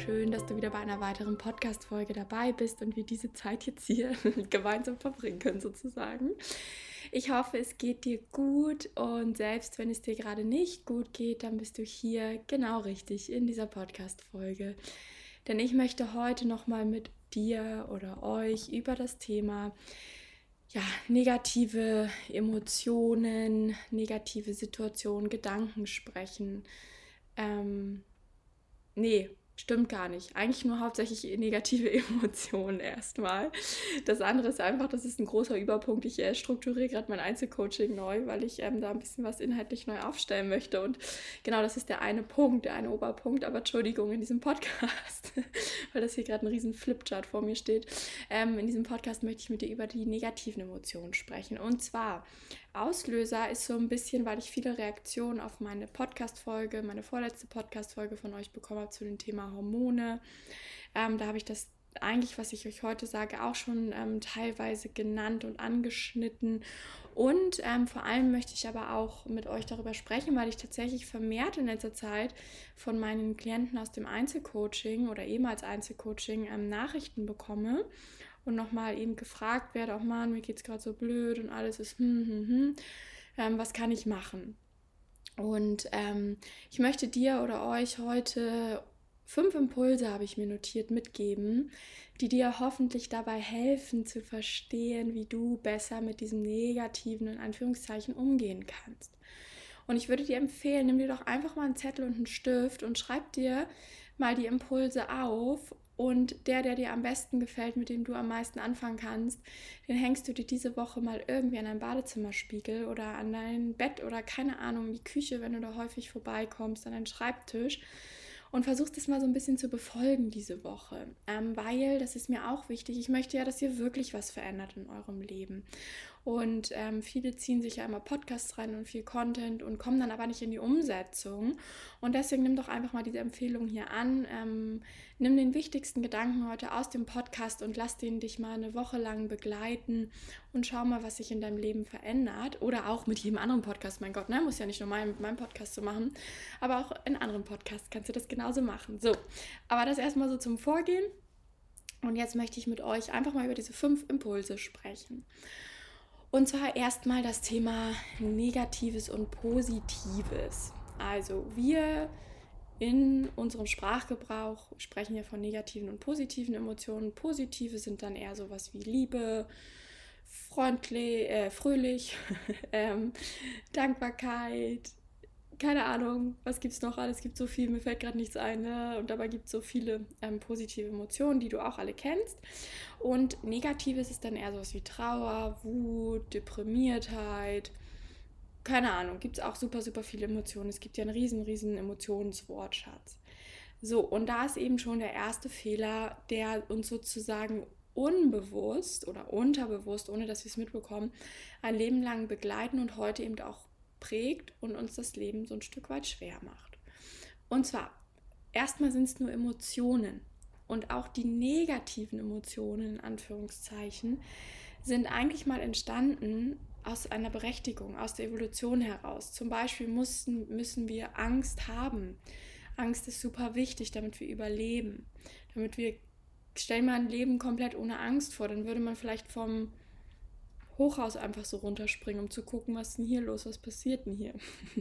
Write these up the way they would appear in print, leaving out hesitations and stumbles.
schön, dass du wieder bei einer weiteren Podcast-Folge dabei bist und wir diese Zeit jetzt hier gemeinsam verbringen können sozusagen. Ich hoffe, es geht dir gut und selbst wenn es dir gerade nicht gut geht, dann bist du hier genau richtig in dieser Podcast-Folge. Denn ich möchte heute nochmal mit dir oder euch über das Thema negative Emotionen, negative Situationen, Gedanken sprechen. Stimmt gar nicht. Eigentlich nur hauptsächlich negative Emotionen erstmal. Das andere ist einfach, das ist ein großer Überpunkt. Ich strukturiere gerade mein Einzelcoaching neu, weil ich da ein bisschen was inhaltlich neu aufstellen möchte. Und genau, das ist der eine Punkt, der eine Oberpunkt. Aber Entschuldigung, in diesem Podcast, weil das hier gerade ein riesen Flipchart vor mir steht. In diesem Podcast möchte ich mit dir über die negativen Emotionen sprechen. Und zwar, Auslöser ist so ein bisschen, weil ich viele Reaktionen auf meine Podcast-Folge, meine vorletzte Podcast-Folge von euch bekommen habe zu dem Thema Hormone. Da habe ich das eigentlich, was ich euch heute sage, auch schon teilweise genannt und angeschnitten. Und vor allem möchte ich aber auch mit euch darüber sprechen, weil ich tatsächlich vermehrt in letzter Zeit von meinen Klienten aus dem Einzelcoaching oder ehemals Einzelcoaching Nachrichten bekomme und nochmal eben gefragt werde, auch Mann, mir geht's gerade so blöd und alles ist was kann ich machen? Und ich möchte dir oder euch heute 5 Impulse, habe ich mir notiert, mitgeben, die dir hoffentlich dabei helfen zu verstehen, wie du besser mit diesem negativen, in Anführungszeichen, umgehen kannst. Und ich würde dir empfehlen, nimm dir doch einfach mal einen Zettel und einen Stift und schreib dir mal die Impulse auf. Und der dir am besten gefällt, mit dem du am meisten anfangen kannst, den hängst du dir diese Woche mal irgendwie an deinen Badezimmerspiegel oder an dein Bett oder keine Ahnung, in die Küche, wenn du da häufig vorbeikommst, an deinen Schreibtisch. Und versuchst das mal so ein bisschen zu befolgen diese Woche, weil, das ist mir auch wichtig, ich möchte ja, dass ihr wirklich was verändert in eurem Leben. Und viele ziehen sich ja immer Podcasts rein und viel Content und kommen dann aber nicht in die Umsetzung. Und deswegen nimm doch einfach mal diese Empfehlung hier an. Nimm den wichtigsten Gedanken heute aus dem Podcast und lass den dich mal eine Woche lang begleiten und schau mal, was sich in deinem Leben verändert. Oder auch mit jedem anderen Podcast, mein Gott, ne? Muss ja nicht nur mit meinem Podcast zu machen, aber auch in anderen Podcasts kannst du das genauso machen. So, aber das erstmal so zum Vorgehen. Und jetzt möchte ich mit euch einfach mal über diese 5 Impulse sprechen. Und zwar erstmal das Thema Negatives und Positives. Also wir in unserem Sprachgebrauch sprechen ja von negativen und positiven Emotionen. Positive sind dann eher sowas wie Liebe, freundlich, fröhlich, Dankbarkeit, keine Ahnung, was gibt es noch alles? Es gibt so viel, mir fällt gerade nichts ein. Ne? Und dabei gibt es so viele positive Emotionen, die du auch alle kennst. Und Negatives ist dann eher sowas wie Trauer, Wut, Deprimiertheit. Keine Ahnung, gibt es auch super, super viele Emotionen. Es gibt ja einen riesen Emotionswortschatz. So, und da ist eben schon der erste Fehler, der uns sozusagen unbewusst oder unterbewusst, ohne dass wir es mitbekommen, ein Leben lang begleiten und heute eben auch prägt und uns das Leben so ein Stück weit schwer macht. Und zwar, erstmal sind es nur Emotionen. Und auch die negativen Emotionen, in Anführungszeichen, sind eigentlich mal entstanden aus einer Berechtigung, aus der Evolution heraus. Zum Beispiel müssen wir Angst haben. Angst ist super wichtig, damit wir überleben. Stellen wir ein Leben komplett ohne Angst vor, dann würde man vielleicht vom Hochhaus einfach so runterspringen, um zu gucken, was ist denn hier los, was passiert denn hier?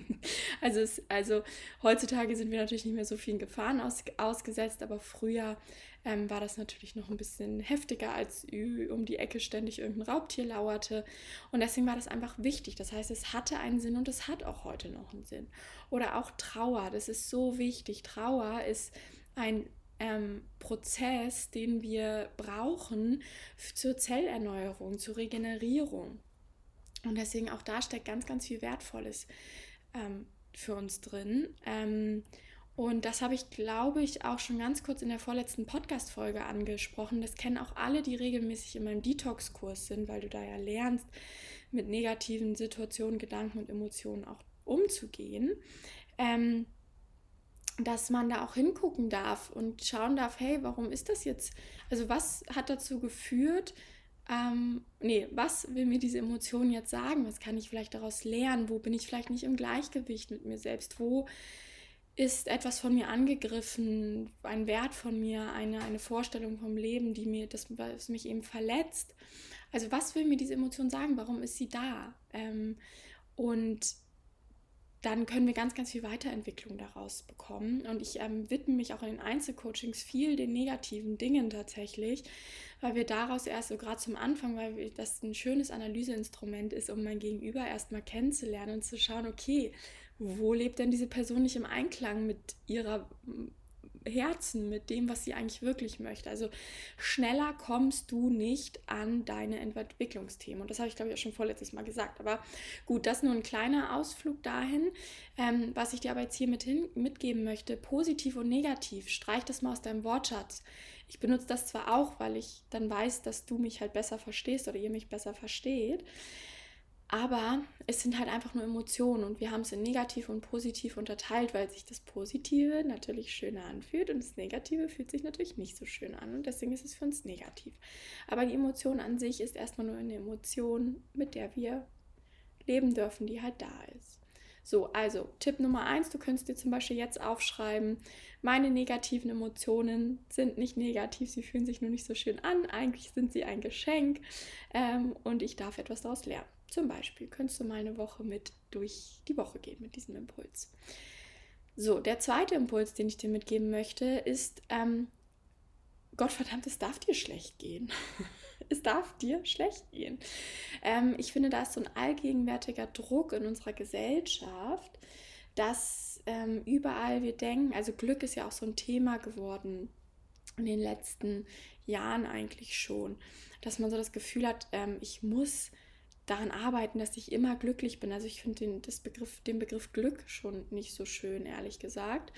Also heutzutage sind wir natürlich nicht mehr so vielen Gefahren ausgesetzt, aber früher war das natürlich noch ein bisschen heftiger, als um die Ecke ständig irgendein Raubtier lauerte. Und deswegen war das einfach wichtig. Das heißt, es hatte einen Sinn und es hat auch heute noch einen Sinn. Oder auch Trauer, das ist so wichtig. Trauer ist ein Prozess, den wir brauchen zur Zellerneuerung, zur Regenerierung. Und deswegen auch da steckt ganz viel Wertvolles für uns drin. Und das habe ich, glaube ich, auch schon ganz kurz in der vorletzten Podcast-Folge angesprochen. Das kennen auch alle, die regelmäßig in meinem Detox-Kurs sind, weil du da ja lernst, mit negativen Situationen, Gedanken und Emotionen auch umzugehen. Dass man da auch hingucken darf und schauen darf, hey, warum ist das jetzt? Also was hat dazu geführt? Was will mir diese Emotion jetzt sagen? Was kann ich vielleicht daraus lernen? Wo bin ich vielleicht nicht im Gleichgewicht mit mir selbst? Wo ist etwas von mir angegriffen, ein Wert von mir, eine Vorstellung vom Leben, das mich eben verletzt. Also was will mir diese Emotion sagen? Warum ist sie da? Und dann können wir ganz, ganz viel Weiterentwicklung daraus bekommen. Und ich widme mich auch in den Einzelcoachings viel den negativen Dingen tatsächlich, weil wir daraus erst so gerade zum Anfang, weil das ein schönes Analyseinstrument ist, um mein Gegenüber erstmal kennenzulernen und zu schauen, okay, wo lebt denn diese Person nicht im Einklang mit ihrer Herzen, mit dem, was sie eigentlich wirklich möchte. Also schneller kommst du nicht an deine Entwicklungsthemen. Und das habe ich, glaube ich, auch schon vorletztes Mal gesagt. Aber gut, das ist nur ein kleiner Ausflug dahin. Was ich dir aber jetzt hier mitgeben möchte, positiv und negativ, streich das mal aus deinem Wortschatz. Ich benutze das zwar auch, weil ich dann weiß, dass du mich halt besser verstehst oder ihr mich besser versteht, aber es sind halt einfach nur Emotionen und wir haben es in negativ und positiv unterteilt, weil sich das Positive natürlich schöner anfühlt und das Negative fühlt sich natürlich nicht so schön an und deswegen ist es für uns negativ. Aber die Emotion an sich ist erstmal nur eine Emotion, mit der wir leben dürfen, die halt da ist. So, also Tipp Nummer 1, du könntest dir zum Beispiel jetzt aufschreiben, meine negativen Emotionen sind nicht negativ, sie fühlen sich nur nicht so schön an, eigentlich sind sie ein Geschenk und ich darf etwas daraus lernen. Zum Beispiel könntest du mal eine Woche mit durch die Woche gehen mit diesem Impuls. So, der zweite Impuls, den ich dir mitgeben möchte, ist, Gottverdammt, es darf dir schlecht gehen. Es darf dir schlecht gehen. Ich finde, da ist so ein allgegenwärtiger Druck in unserer Gesellschaft, dass überall wir denken, also Glück ist ja auch so ein Thema geworden in den letzten Jahren eigentlich schon, dass man so das Gefühl hat, ich muss daran arbeiten, dass ich immer glücklich bin. Also ich finde den Begriff Glück schon nicht so schön, ehrlich gesagt.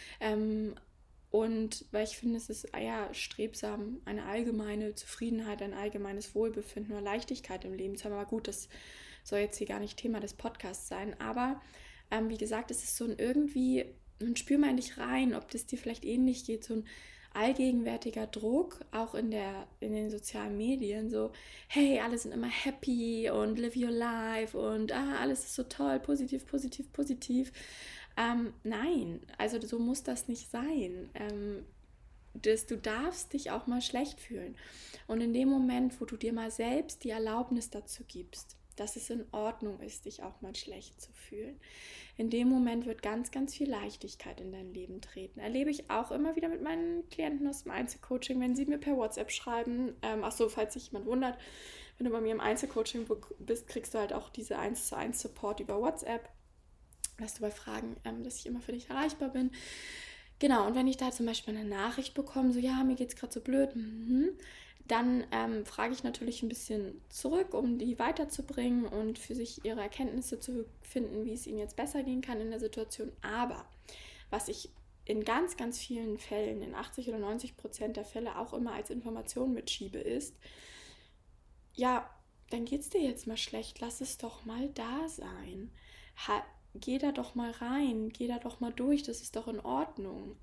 Und weil ich finde, es ist strebsam, eine allgemeine Zufriedenheit, ein allgemeines Wohlbefinden oder Leichtigkeit im Leben zu haben. Aber gut, das soll jetzt hier gar nicht Thema des Podcasts sein. Aber wie gesagt, es ist so ein irgendwie, und spür mal in dich rein, ob das dir vielleicht ähnlich geht, so ein allgegenwärtiger Druck, auch in den sozialen Medien, so, hey, alle sind immer happy und live your life und alles ist so toll, positiv, positiv, positiv. Nein, also so muss das nicht sein. Du darfst dich auch mal schlecht fühlen. Und in dem Moment, wo du dir mal selbst die Erlaubnis dazu gibst, dass es in Ordnung ist, dich auch mal schlecht zu fühlen, in dem Moment wird ganz, ganz viel Leichtigkeit in dein Leben treten. Erlebe ich auch immer wieder mit meinen Klienten aus dem Einzelcoaching, wenn sie mir per WhatsApp schreiben, falls sich jemand wundert, wenn du bei mir im Einzelcoaching bist, kriegst du halt auch diese 1:1 Support über WhatsApp, dass du bei Fragen, dass ich immer für dich erreichbar bin. Genau, und wenn ich da zum Beispiel eine Nachricht bekomme, so, ja, mir geht's gerade so blöd, dann frage ich natürlich ein bisschen zurück, um die weiterzubringen und für sich ihre Erkenntnisse zu finden, wie es ihnen jetzt besser gehen kann in der Situation. Aber was ich in ganz, ganz vielen Fällen, in 80 oder 90% der Fälle auch immer als Information mitschiebe, ist, ja, dann geht's dir jetzt mal schlecht, lass es doch mal da sein. Geh da doch mal rein, geh da doch mal durch, das ist doch in Ordnung.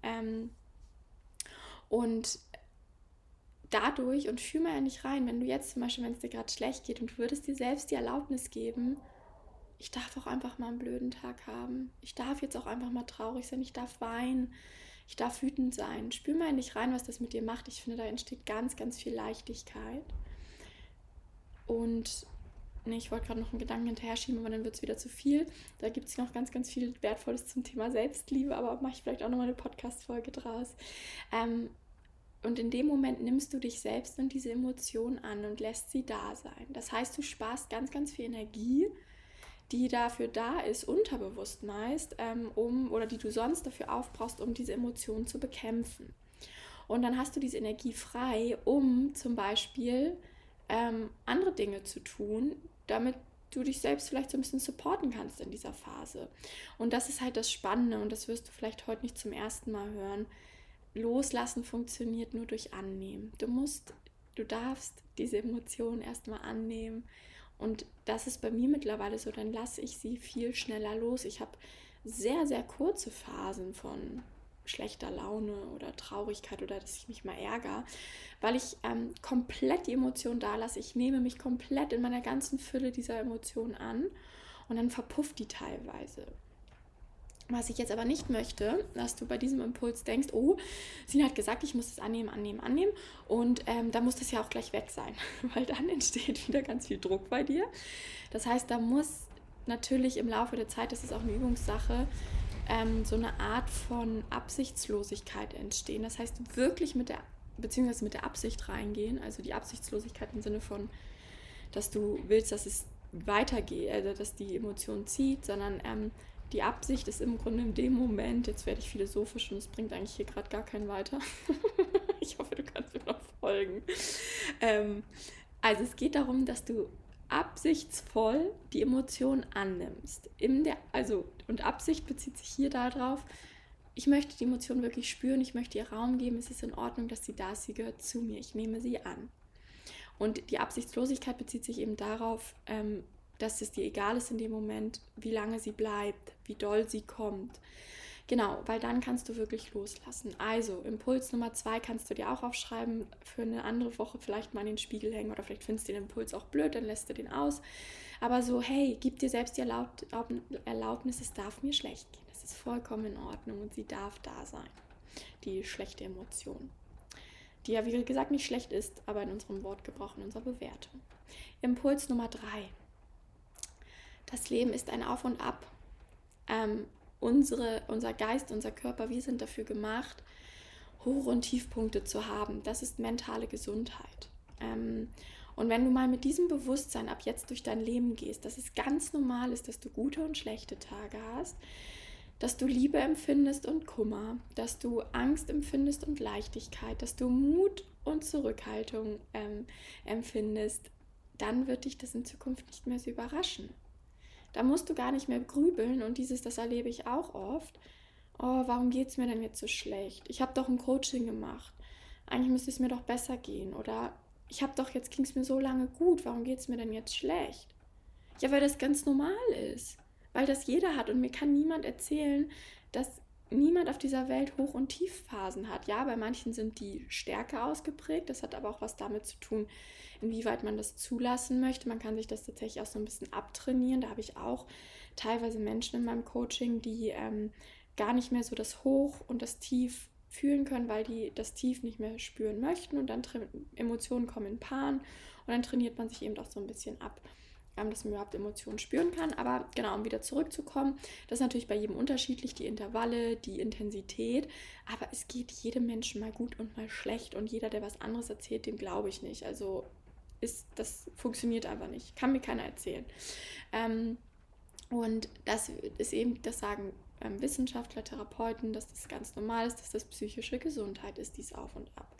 Und dadurch, und fühl mal in dich rein, wenn du jetzt zum Beispiel, wenn es dir gerade schlecht geht und du würdest dir selbst die Erlaubnis geben, ich darf auch einfach mal einen blöden Tag haben, ich darf jetzt auch einfach mal traurig sein, ich darf weinen, ich darf wütend sein. Spür mal in dich rein, was das mit dir macht. Ich finde, da entsteht ganz, ganz viel Leichtigkeit. Und ich wollte gerade noch einen Gedanken hinterher schieben, aber dann wird es wieder zu viel. Da gibt es noch ganz, ganz viel Wertvolles zum Thema Selbstliebe, aber mache ich vielleicht auch nochmal eine Podcast-Folge draus. Und in dem Moment nimmst du dich selbst und diese Emotion an und lässt sie da sein. Das heißt, du sparst ganz, ganz viel Energie, die dafür da ist, unterbewusst meist, oder die du sonst dafür aufbrauchst, um diese Emotionen zu bekämpfen. Und dann hast du diese Energie frei, um zum Beispiel andere Dinge zu tun, damit du dich selbst vielleicht so ein bisschen supporten kannst in dieser Phase. Und das ist halt das Spannende und das wirst du vielleicht heute nicht zum ersten Mal hören. Loslassen funktioniert nur durch Annehmen. Du darfst diese Emotionen erstmal annehmen und das ist bei mir mittlerweile so, dann lasse ich sie viel schneller los. Ich habe sehr, sehr kurze Phasen von schlechter Laune oder Traurigkeit oder dass ich mich mal ärgere, weil ich komplett die Emotionen da lasse. Ich nehme mich komplett in meiner ganzen Fülle dieser Emotionen an und dann verpufft die teilweise. Was ich jetzt aber nicht möchte, dass du bei diesem Impuls denkst, oh, Sina hat gesagt, ich muss es annehmen und da muss das ja auch gleich weg sein, weil dann entsteht wieder ganz viel Druck bei dir. Das heißt, da muss natürlich im Laufe der Zeit, das ist auch eine Übungssache, so eine Art von Absichtslosigkeit entstehen. Das heißt, wirklich beziehungsweise mit der Absicht reingehen, also die Absichtslosigkeit im Sinne von, dass du willst, dass es weitergeht, also dass die Emotion zieht, sondern die Absicht ist im Grunde in dem Moment, jetzt werde ich philosophisch und es bringt eigentlich hier gerade gar keinen weiter. Ich hoffe, du kannst mir noch folgen. Also es geht darum, dass du absichtsvoll die Emotion annimmst. Und Absicht bezieht sich hier darauf, ich möchte die Emotion wirklich spüren, ich möchte ihr Raum geben, es ist in Ordnung, dass sie da ist, sie gehört zu mir, ich nehme sie an. Und die Absichtslosigkeit bezieht sich eben darauf, dass es dir egal ist in dem Moment, wie lange sie bleibt, wie doll sie kommt. Genau, weil dann kannst du wirklich loslassen. Also, Impuls Nummer 2 kannst du dir auch aufschreiben, für eine andere Woche vielleicht mal in den Spiegel hängen oder vielleicht findest du den Impuls auch blöd, dann lässt du den aus. Aber so, hey, gib dir selbst die Erlaubnis, es darf mir schlecht gehen. Es ist vollkommen in Ordnung und sie darf da sein. Die schlechte Emotion. Die ja, wie gesagt, nicht schlecht ist, aber in unserem Wortgebrauch, in unserer Bewertung. Impuls Nummer 3. Das Leben ist ein Auf und Ab. Unser Geist, unser Körper, wir sind dafür gemacht, Hoch- und Tiefpunkte zu haben. Das ist mentale Gesundheit. Und wenn du mal mit diesem Bewusstsein ab jetzt durch dein Leben gehst, dass es ganz normal ist, dass du gute und schlechte Tage hast, dass du Liebe empfindest und Kummer, dass du Angst empfindest und Leichtigkeit, dass du Mut und Zurückhaltung empfindest, dann wird dich das in Zukunft nicht mehr so überraschen. Da musst du gar nicht mehr grübeln und das erlebe ich auch oft. Oh, warum geht es mir denn jetzt so schlecht? Ich habe doch ein Coaching gemacht. Eigentlich müsste es mir doch besser gehen. Oder jetzt ging es mir so lange gut. Warum geht es mir denn jetzt schlecht? Ja, weil das ganz normal ist. Weil das jeder hat und mir kann niemand erzählen, dass niemand auf dieser Welt Hoch- und Tiefphasen hat. Ja, bei manchen sind die stärker ausgeprägt. Das hat aber auch was damit zu tun, inwieweit man das zulassen möchte. Man kann sich das tatsächlich auch so ein bisschen abtrainieren. Da habe ich auch teilweise Menschen in meinem Coaching, die gar nicht mehr so das Hoch und das Tief fühlen können, weil die das Tief nicht mehr spüren möchten und dann Emotionen kommen in Paaren und dann trainiert man sich eben auch so ein bisschen ab, dass man überhaupt Emotionen spüren kann. Aber genau, um wieder zurückzukommen, das ist natürlich bei jedem unterschiedlich, die Intervalle, die Intensität, aber es geht jedem Menschen mal gut und mal schlecht und jeder, der was anderes erzählt, dem glaube ich nicht. Also das funktioniert einfach nicht, kann mir keiner erzählen. Und das ist eben, das sagen Wissenschaftler, Therapeuten, dass das ganz normal ist, dass das psychische Gesundheit ist, dies Auf und Ab.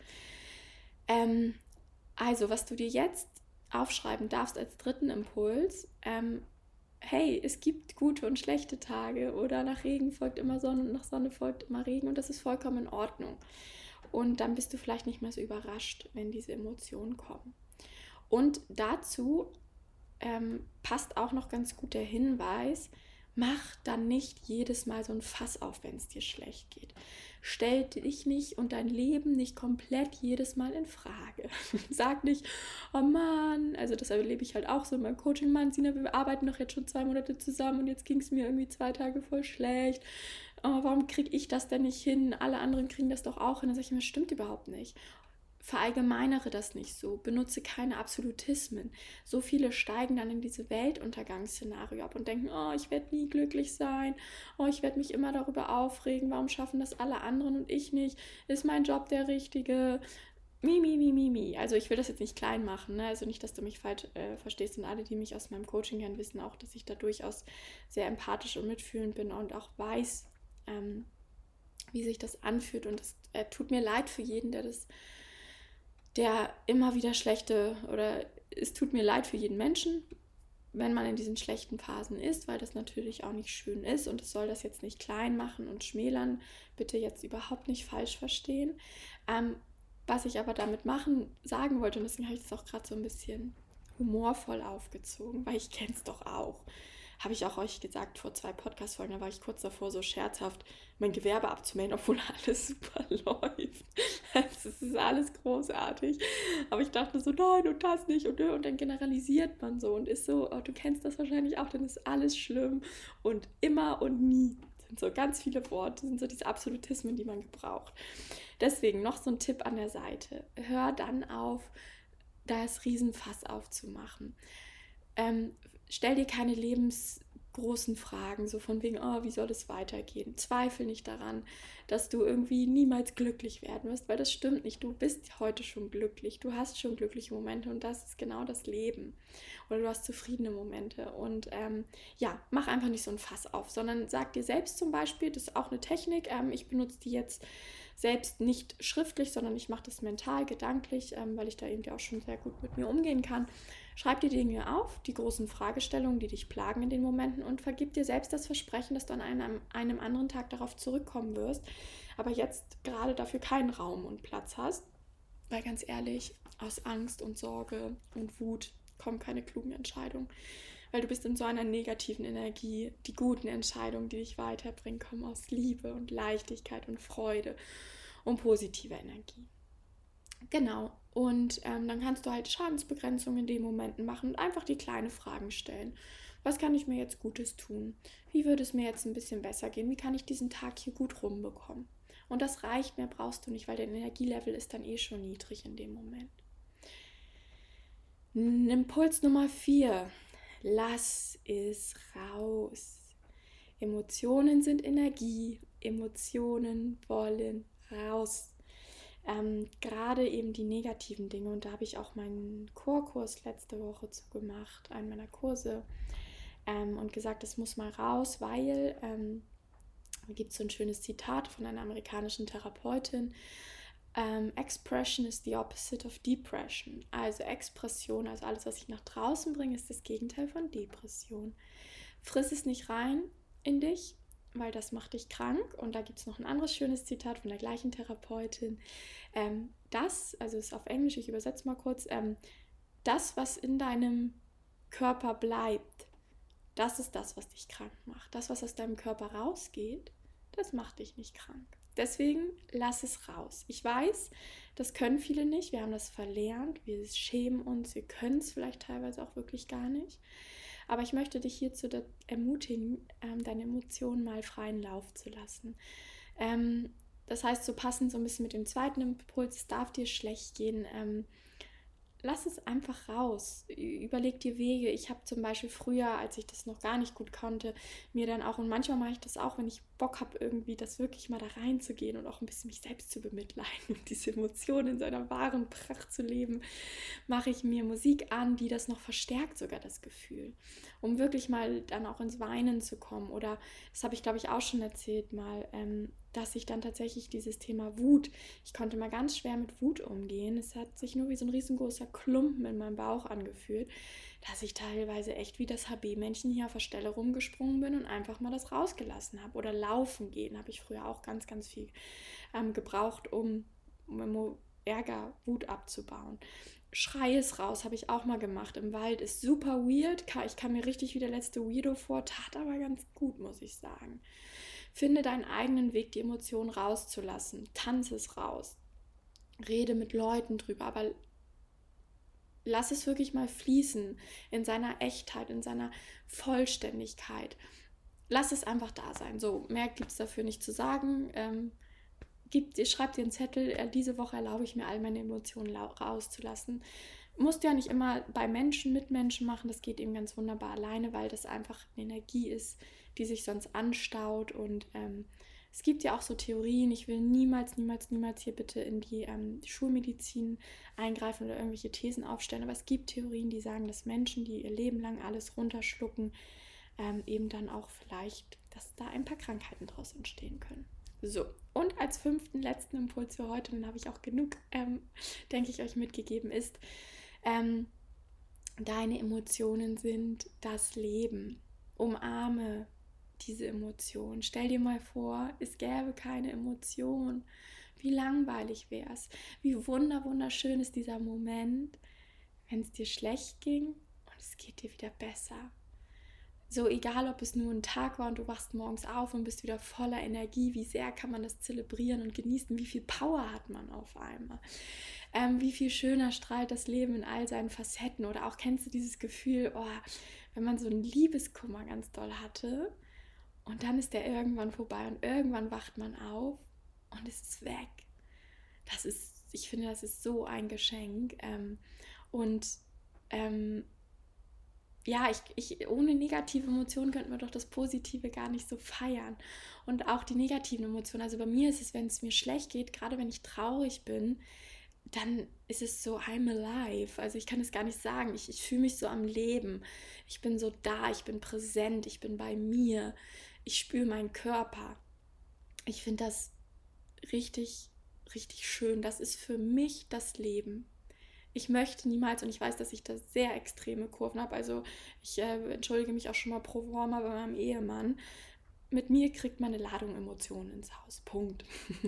Also, was du dir jetzt aufschreiben darfst als dritten Impuls, hey, es gibt gute und schlechte Tage oder nach Regen folgt immer Sonne und nach Sonne folgt immer Regen und das ist vollkommen in Ordnung. Und dann bist du vielleicht nicht mehr so überrascht, wenn diese Emotionen kommen. Und dazu passt auch noch ganz gut der Hinweis, mach dann nicht jedes Mal so ein Fass auf, wenn es dir schlecht geht. Stell dich nicht und dein Leben nicht komplett jedes Mal in Frage. Sag nicht, oh Mann, also das erlebe ich halt auch so in meinem Coaching, Mann, Sina, wir arbeiten doch jetzt schon 2 Monate zusammen und jetzt ging es mir irgendwie 2 Tage voll schlecht. Oh, warum kriege ich das denn nicht hin? Alle anderen kriegen das doch auch hin. Dann sage ich mir, das stimmt überhaupt nicht. Verallgemeinere das nicht so, benutze keine Absolutismen. So viele steigen dann in diese Weltuntergangsszenario ab und denken, oh, ich werde nie glücklich sein, oh, ich werde mich immer darüber aufregen, warum schaffen das alle anderen und ich nicht, ist mein Job der richtige, mi. Also ich will das jetzt nicht klein machen, ne? Also nicht, dass du mich falsch verstehst und alle, die mich aus meinem Coaching kennen, wissen auch, dass ich da durchaus sehr empathisch und mitfühlend bin und auch weiß, wie sich das anfühlt und es tut mir leid für jeden, der immer wieder es tut mir leid für jeden Menschen, wenn man in diesen schlechten Phasen ist, weil das natürlich auch nicht schön ist und es soll das jetzt nicht klein machen und schmälern, bitte jetzt überhaupt nicht falsch verstehen. Was ich aber damit sagen wollte, und deswegen habe ich das auch gerade so ein bisschen humorvoll aufgezogen, weil ich kenne es doch auch. Habe ich auch euch gesagt vor 2 Podcast-Folgen, da war ich kurz davor, so scherzhaft mein Gewerbe abzumelden, obwohl alles super läuft. Es ist alles großartig. Aber ich dachte so, nein und das nicht und dann generalisiert man so und ist so, oh, du kennst das wahrscheinlich auch, dann ist alles schlimm und immer und nie und so ganz viele Worte, sind so diese Absolutismen, die man gebraucht. Deswegen noch so ein Tipp an der Seite. Hör dann auf, das Riesenfass aufzumachen. Stell dir keine lebensgroßen Fragen, so von wegen, oh, wie soll es weitergehen? Zweifel nicht daran, dass du irgendwie niemals glücklich werden wirst, weil das stimmt nicht. Du bist heute schon glücklich, du hast schon glückliche Momente und das ist genau das Leben. Oder du hast zufriedene Momente und mach einfach nicht so ein Fass auf, sondern sag dir selbst zum Beispiel, das ist auch eine Technik, ich benutze die jetzt selbst nicht schriftlich, sondern ich mache das mental, gedanklich, weil ich da irgendwie auch schon sehr gut mit mir umgehen kann. Schreib dir Dinge auf, die großen Fragestellungen, die dich plagen in den Momenten und vergib dir selbst das Versprechen, dass du an einem anderen Tag darauf zurückkommen wirst, aber jetzt gerade dafür keinen Raum und Platz hast, weil ganz ehrlich, aus Angst und Sorge und Wut kommen keine klugen Entscheidungen, weil du bist in so einer negativen Energie. Die guten Entscheidungen, die dich weiterbringen, kommen aus Liebe und Leichtigkeit und Freude und positiver Energie. Genau, und dann kannst du halt Schadensbegrenzung in den Momenten machen und einfach die kleinen Fragen stellen. Was kann ich mir jetzt Gutes tun? Wie würde es mir jetzt ein bisschen besser gehen? Wie kann ich diesen Tag hier gut rumbekommen? Und das reicht, mehr brauchst du nicht, weil dein Energielevel ist dann eh schon niedrig in dem Moment. Impuls Nummer 4. Lass es raus. Emotionen sind Energie. Emotionen wollen raus. Gerade eben die negativen Dinge, und da habe ich auch meinen Chorkurs letzte Woche zu gemacht, einen meiner Kurse, und gesagt, das muss mal raus, weil da gibt es so ein schönes Zitat von einer amerikanischen Therapeutin: Expression is the opposite of depression. Also Expression, also alles, was ich nach draußen bringe, ist das Gegenteil von Depression. Friss es nicht rein in dich, weil das macht dich krank. Und da gibt es noch ein anderes schönes Zitat von der gleichen Therapeutin. Also ist auf Englisch, ich übersetze mal kurz, das, was in deinem Körper bleibt, das ist das, was dich krank macht. Das, was aus deinem Körper rausgeht, das macht dich nicht krank. Deswegen lass es raus. Ich weiß, das können viele nicht. Wir haben das verlernt. Wir schämen uns. Wir können es vielleicht teilweise auch wirklich gar nicht. Aber ich möchte dich hierzu ermutigen, deine Emotionen mal freien Lauf zu lassen. Das heißt, so passend so ein bisschen mit dem zweiten Impuls, es darf dir schlecht gehen. Lass es einfach raus. Überleg dir Wege. Ich habe zum Beispiel früher, als ich das noch gar nicht gut konnte, mir dann auch, und manchmal mache ich das auch, wenn ich Bock habe, irgendwie das wirklich mal da reinzugehen und auch ein bisschen mich selbst zu bemitleiden und diese Emotionen in seiner wahren Pracht zu leben, mache ich mir Musik an, die das noch verstärkt, sogar das Gefühl, um wirklich mal dann auch ins Weinen zu kommen. Oder, das habe ich glaube ich auch schon erzählt mal, dass ich dann tatsächlich dieses Thema Wut, ich konnte mal ganz schwer mit Wut umgehen. Es hat sich nur wie so ein riesengroßer Klumpen in meinem Bauch angefühlt, dass ich teilweise echt wie das HB-Männchen hier auf der Stelle rumgesprungen bin und einfach mal das rausgelassen habe. Oder laufen gehen habe ich früher auch ganz, ganz viel gebraucht, um Ärger, Wut abzubauen. Schrei es raus, habe ich auch mal gemacht im Wald. Ist super weird. Ich kam mir richtig wie der letzte Weirdo vor, tat aber ganz gut, muss ich sagen. Finde deinen eigenen Weg, die Emotionen rauszulassen. Tanze es raus. Rede mit Leuten drüber, aber lass es wirklich mal fließen in seiner Echtheit, in seiner Vollständigkeit. Lass es einfach da sein. So, mehr gibt es dafür nicht zu sagen. Schreib dir einen Zettel, diese Woche erlaube ich mir, all meine Emotionen rauszulassen. Musst ja nicht immer bei Menschen, mit Menschen machen, das geht eben ganz wunderbar alleine, weil das einfach eine Energie ist, die sich sonst anstaut. Und es gibt ja auch so Theorien, ich will niemals hier bitte in die Schulmedizin eingreifen oder irgendwelche Thesen aufstellen, aber es gibt Theorien, die sagen, dass Menschen, die ihr Leben lang alles runterschlucken, eben dann auch vielleicht, dass da ein paar Krankheiten draus entstehen können. So, und als letzten Impuls für heute, den habe ich auch genug, denke ich, euch mitgegeben, ist, deine Emotionen sind das Leben. Umarme diese Emotion. Stell dir mal vor, es gäbe keine Emotion. Wie langweilig wäre es. Wie wunderschön ist dieser Moment, wenn es dir schlecht ging und es geht dir wieder besser. So, egal ob es nur ein Tag war und du wachst morgens auf und bist wieder voller Energie, wie sehr kann man das zelebrieren und genießen, wie viel Power hat man auf einmal. Wie viel schöner strahlt das Leben in all seinen Facetten. Oder auch, kennst du dieses Gefühl, wenn man so einen Liebeskummer ganz doll hatte Und dann ist der irgendwann vorbei und irgendwann wacht man auf und es ist weg. Ich finde, das ist so ein Geschenk. Und ja, ohne negative Emotionen könnten wir doch das Positive gar nicht so feiern. Und auch die negativen Emotionen. Also bei mir ist es, wenn es mir schlecht geht, gerade wenn ich traurig bin, dann ist es so, I'm alive. Also ich kann es gar nicht sagen. Ich fühle mich so am Leben. Ich bin so da, ich bin präsent, ich bin bei mir. Ich spüre meinen Körper. Ich finde das richtig, richtig schön. Das ist für mich das Leben. Ich möchte niemals, und ich weiß, dass ich da sehr extreme Kurven habe, also ich entschuldige mich auch schon mal pro forma bei meinem Ehemann, mit mir kriegt man eine Ladung Emotionen ins Haus. Punkt.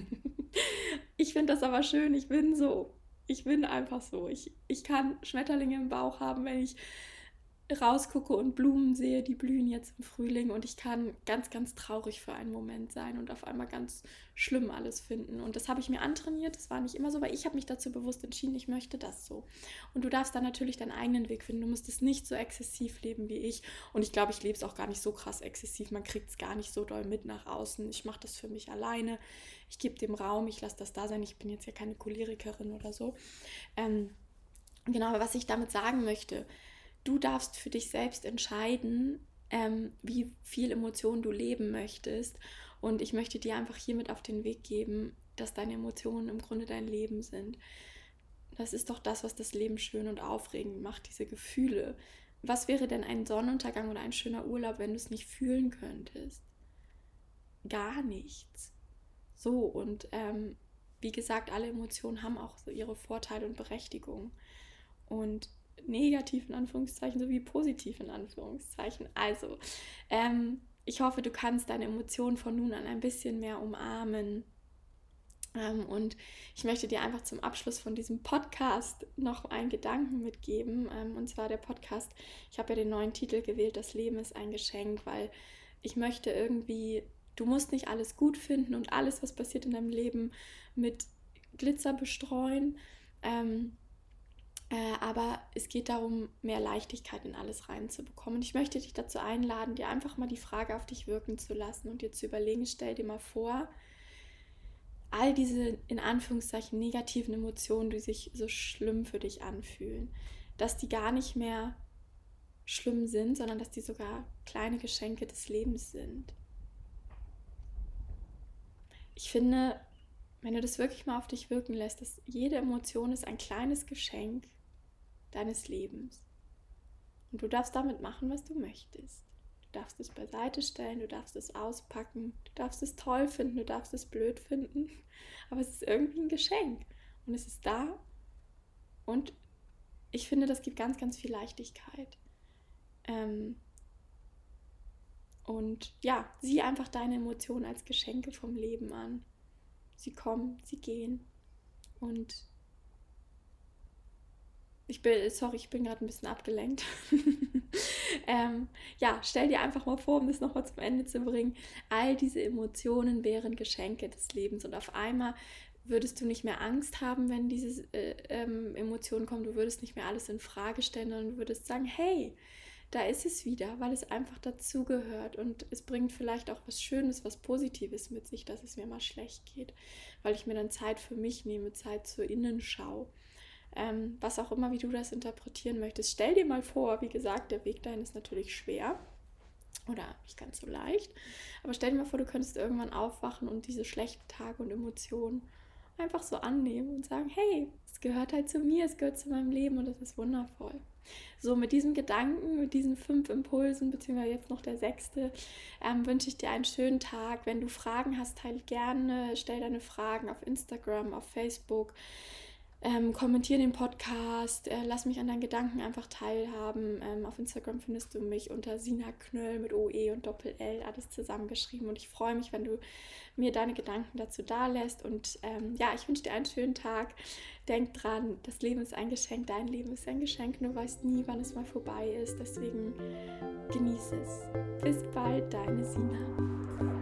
Ich finde das aber schön, ich bin so. Ich bin einfach so. Ich kann Schmetterlinge im Bauch haben, wenn ich rausgucke und Blumen sehe, die blühen jetzt im Frühling, und ich kann ganz, ganz traurig für einen Moment sein und auf einmal ganz schlimm alles finden. Und das habe ich mir antrainiert, das war nicht immer so, weil ich habe mich dazu bewusst entschieden, ich möchte das so. Und du darfst dann natürlich deinen eigenen Weg finden. Du musst es nicht so exzessiv leben wie ich. Und ich glaube, ich lebe es auch gar nicht so krass exzessiv. Man kriegt es gar nicht so doll mit nach außen. Ich mache das für mich alleine. Ich gebe dem Raum, ich lasse das da sein. Ich bin jetzt ja keine Cholerikerin oder so. Genau, aber was ich damit sagen möchte: Du darfst für dich selbst entscheiden, wie viel Emotionen du leben möchtest. Und ich möchte dir einfach hiermit auf den Weg geben, dass deine Emotionen im Grunde dein Leben sind. Das ist doch das, was das Leben schön und aufregend macht, diese Gefühle. Was wäre denn ein Sonnenuntergang oder ein schöner Urlaub, wenn du es nicht fühlen könntest? Gar nichts. So, und wie gesagt, alle Emotionen haben auch so ihre Vorteile und Berechtigung. Und negativ in Anführungszeichen sowie positiv in Anführungszeichen. Also, ich hoffe, du kannst deine Emotionen von nun an ein bisschen mehr umarmen. Und ich möchte dir einfach zum Abschluss von diesem Podcast noch einen Gedanken mitgeben. Und zwar der Podcast, ich habe ja den neuen Titel gewählt, Das Leben ist ein Geschenk, weil ich möchte irgendwie, du musst nicht alles gut finden und alles, was passiert in deinem Leben, mit Glitzer bestreuen. Aber es geht darum, mehr Leichtigkeit in alles reinzubekommen. Und ich möchte dich dazu einladen, dir einfach mal die Frage auf dich wirken zu lassen und dir zu überlegen: Stell dir mal vor, all diese in Anführungszeichen negativen Emotionen, die sich so schlimm für dich anfühlen, dass die gar nicht mehr schlimm sind, sondern dass die sogar kleine Geschenke des Lebens sind. Ich finde, wenn du das wirklich mal auf dich wirken lässt, dass jede Emotion ist ein kleines Geschenk deines Lebens. Und du darfst damit machen, was du möchtest. Du darfst es beiseite stellen, du darfst es auspacken, du darfst es toll finden, du darfst es blöd finden. Aber es ist irgendwie ein Geschenk. Und es ist da. Und ich finde, das gibt ganz, ganz viel Leichtigkeit. Und ja, sieh einfach deine Emotionen als Geschenke vom Leben an. Sie kommen, sie gehen. Und ich bin gerade ein bisschen abgelenkt. Ja, stell dir einfach mal vor, um das nochmal zum Ende zu bringen: All diese Emotionen wären Geschenke des Lebens. Und auf einmal würdest du nicht mehr Angst haben, wenn diese Emotionen kommen. Du würdest nicht mehr alles in Frage stellen, sondern du würdest sagen: Hey, da ist es wieder, weil es einfach dazugehört. Und es bringt vielleicht auch was Schönes, was Positives mit sich, dass es mir mal schlecht geht, weil ich mir dann Zeit für mich nehme, Zeit zur Innenschau. Was auch immer, wie du das interpretieren möchtest. Stell dir mal vor, wie gesagt, der Weg dahin ist natürlich schwer oder nicht ganz so leicht, aber stell dir mal vor, du könntest irgendwann aufwachen und diese schlechten Tage und Emotionen einfach so annehmen und sagen: Hey, es gehört halt zu mir, es gehört zu meinem Leben, und das ist wundervoll. So, mit diesem Gedanken, mit diesen 5 Impulsen, beziehungsweise jetzt noch der 6., wünsche ich dir einen schönen Tag. Wenn du Fragen hast, teile gerne, stell deine Fragen auf Instagram, auf Facebook. Kommentiere den Podcast, lass mich an deinen Gedanken einfach teilhaben. Auf Instagram findest du mich unter Sina Knöll mit OE und Doppel-L, alles zusammengeschrieben. Und ich freue mich, wenn du mir deine Gedanken dazu dalässt. Und ja, ich wünsche dir einen schönen Tag. Denk dran, das Leben ist ein Geschenk, dein Leben ist ein Geschenk. Du weißt nie, wann es mal vorbei ist. Deswegen genieße es. Bis bald, deine Sina.